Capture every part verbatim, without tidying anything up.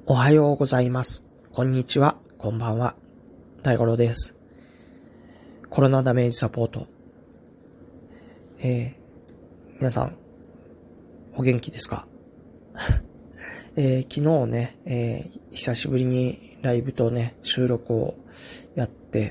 おはようございます。こんにちは。こんばんは。大五郎です。コロナダメージサポート。えー、皆さん、お元気ですか？えー、昨日ね、えー、久しぶりにライブとね、収録をやって、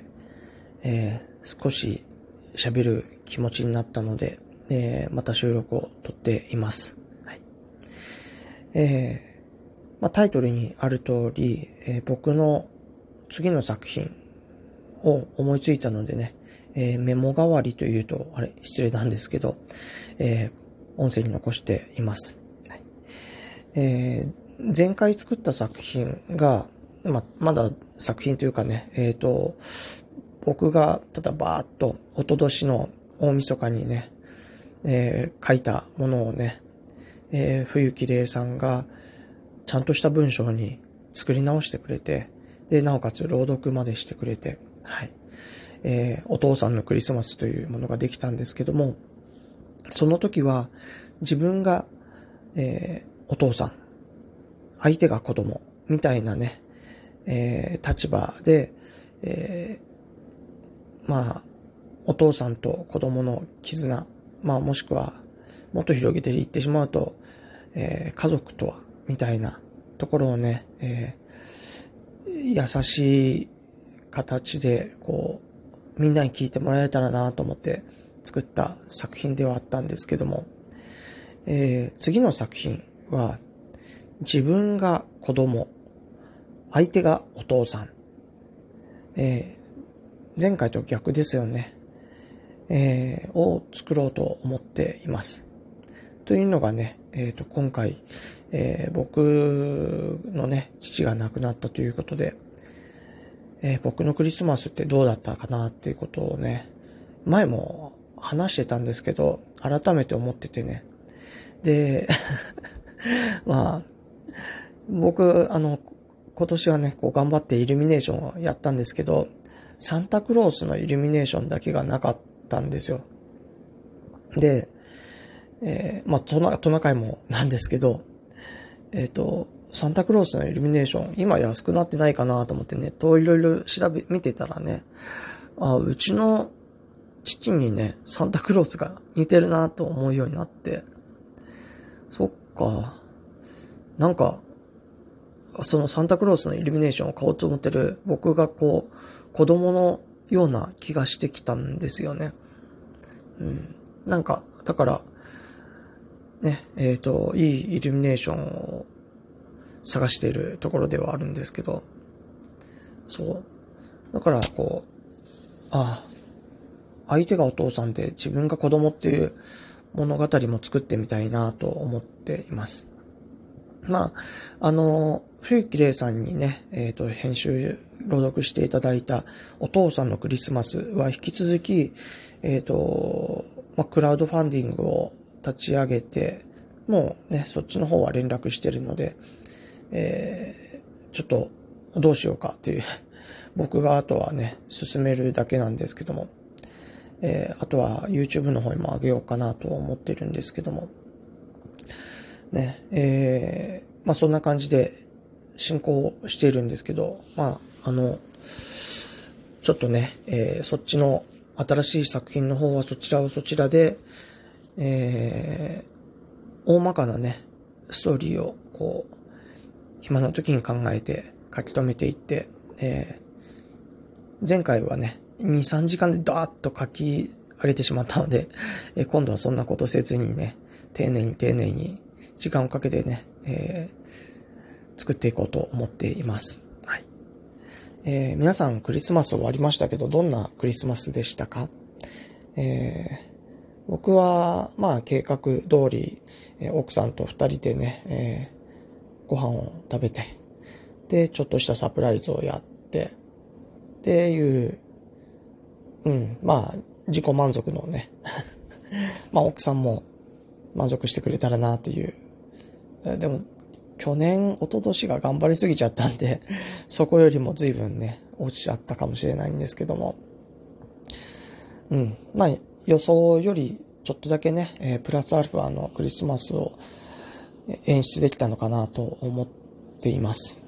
えー、少し喋る気持ちになったので、えー、また収録を撮っています。はい。えーまあ、タイトルにある通り、えー、僕の次の作品を思いついたのでね、えー、メモ代わりというと、あれ、失礼なんですけど、えー、音声に残しています。はい。えー、前回作った作品が、ま、まだ作品というかね、えっと、僕がただバーっと、おととしの大晦日にね、えー、書いたものをね、えー、冬木玲さんが、ちゃんとした文章に作り直してくれて、で、なおかつ朗読までしてくれて、はい。えー、お父さんのクリスマスというものができたんですけども、その時は自分が、えー、お父さん、相手が子供、みたいなね、えー、立場で、えー、まあ、お父さんと子供の絆、まあもしくは、もっと広げていってしまうと、えー、家族とは、みたいなところをね、えー、優しい形で、こう、みんなに聞いてもらえたらなと思って作った作品ではあったんですけども、えー、次の作品は、自分が子供、相手がお父さん、えー、前回と逆ですよね、えー、を作ろうと思っています。というのがね、えっと、今回、えー、僕のね、父が亡くなったということで、えー、僕のクリスマスってどうだったかなっていうことをね、前も話してたんですけど、改めて思っててね。で、まあ、僕、あの、今年はね、こう頑張ってイルミネーションをやったんですけど、サンタクロースのイルミネーションだけがなかったんですよ。で、えー、まあ、トナ、トナカイもなんですけど、えっと、サンタクロースのイルミネーション、今安くなってないかなと思ってネットをいろいろ調べ、見てたらね、あ、うちの父にね、サンタクロースが似てるなと思うようになって、そっか、なんか、そのサンタクロースのイルミネーションを買おうと思ってる僕がこう、子供のような気がしてきたんですよね。うん。なんか、だから、ね、えっと、いいイルミネーションを探しているところではあるんですけど、そう。だから、こう、ああ、相手がお父さんで自分が子供っていう物語も作ってみたいなと思っています。まあ、あの、冬木玲さんにね、えっと、編集、朗読していただいたお父さんのクリスマスは引き続き、えっと、まあ、クラウドファンディングを立ち上げて、もうね、そっちの方は連絡してるので、えー、ちょっとどうしようかっていう、僕があとはね、進めるだけなんですけども、えー、あとは YouTube の方にも上げようかなと思ってるんですけども、ね、えー、まあそんな感じで進行しているんですけど、まあ、あの、ちょっとね、えー、そっちの新しい作品の方はそちらをそちらで、えー、大まかなね、ストーリーをこう、暇な時に考えて書き留めていって、えー、前回はね、に、さんじかんでダーッと書き上げてしまったので、えー、今度はそんなことせずにね、丁寧に丁寧に時間をかけてね、えー、作っていこうと思っています。はい。えー、皆さんクリスマス終わりましたけど、どんなクリスマスでしたか？えー、僕は、まあ計画通り、えー、奥さんと二人でね、えー、ご飯を食べて、で、ちょっとしたサプライズをやって、っていう、うん、まあ、自己満足のね、まあ奥さんも満足してくれたらなっていう。でも、去年、一昨年が頑張りすぎちゃったんで、そこよりも随分ね、落ちちゃったかもしれないんですけども。うん。まあ、予想よりちょっとだけね、えー、プラスアルファのクリスマスを演出できたのかなと思っています。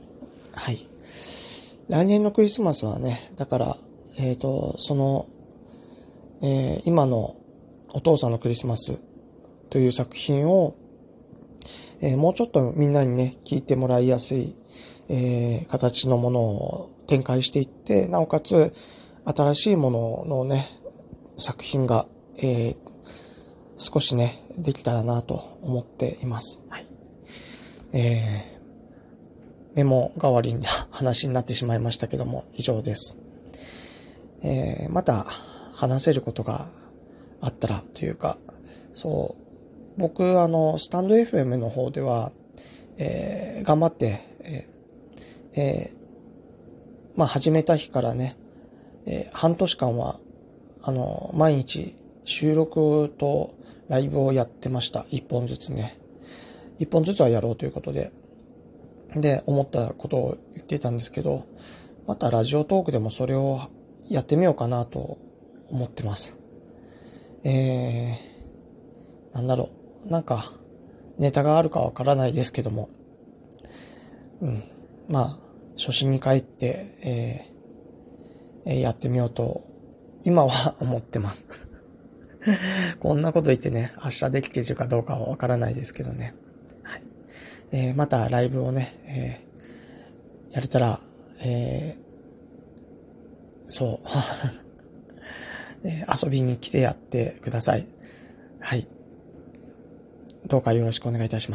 はい。来年のクリスマスはね、だから、えっと、その、えー、今のお父さんのクリスマスという作品を、えー、もうちょっとみんなにね、聞いてもらいやすい、えー、形のものを展開していって、なおかつ、新しいもののね、作品が、えー、少しね、できたらなと思っています。はい。えー、メモ代わりな話になってしまいましたけども、以上です。えー、また話せることがあったらというか、そう、僕、あの、スタンド エフエム の方では、えー、頑張って、えーえー、まあ、始めた日からね、えー、半年間は、あの、毎日収録とライブをやってました。一本ずつね。一本ずつはやろうということで。で、思ったことを言っていたんですけど、またラジオトークでもそれをやってみようかなと思ってます。えー、なんだろう。なんか、ネタがあるかわからないですけども、うん。まあ、初心に帰って、えーえーやってみようと、今は思ってます。こんなこと言ってね、明日できているかどうかはわからないですけどね。はい。えー、またライブをね、えー、やれたら、えー、そう、えー、遊びに来てやってください。はい。どうかよろしくお願いいたします。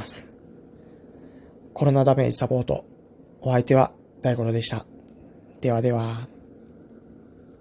コロナダメージサポート。お相手は大五郎でした。ではでは。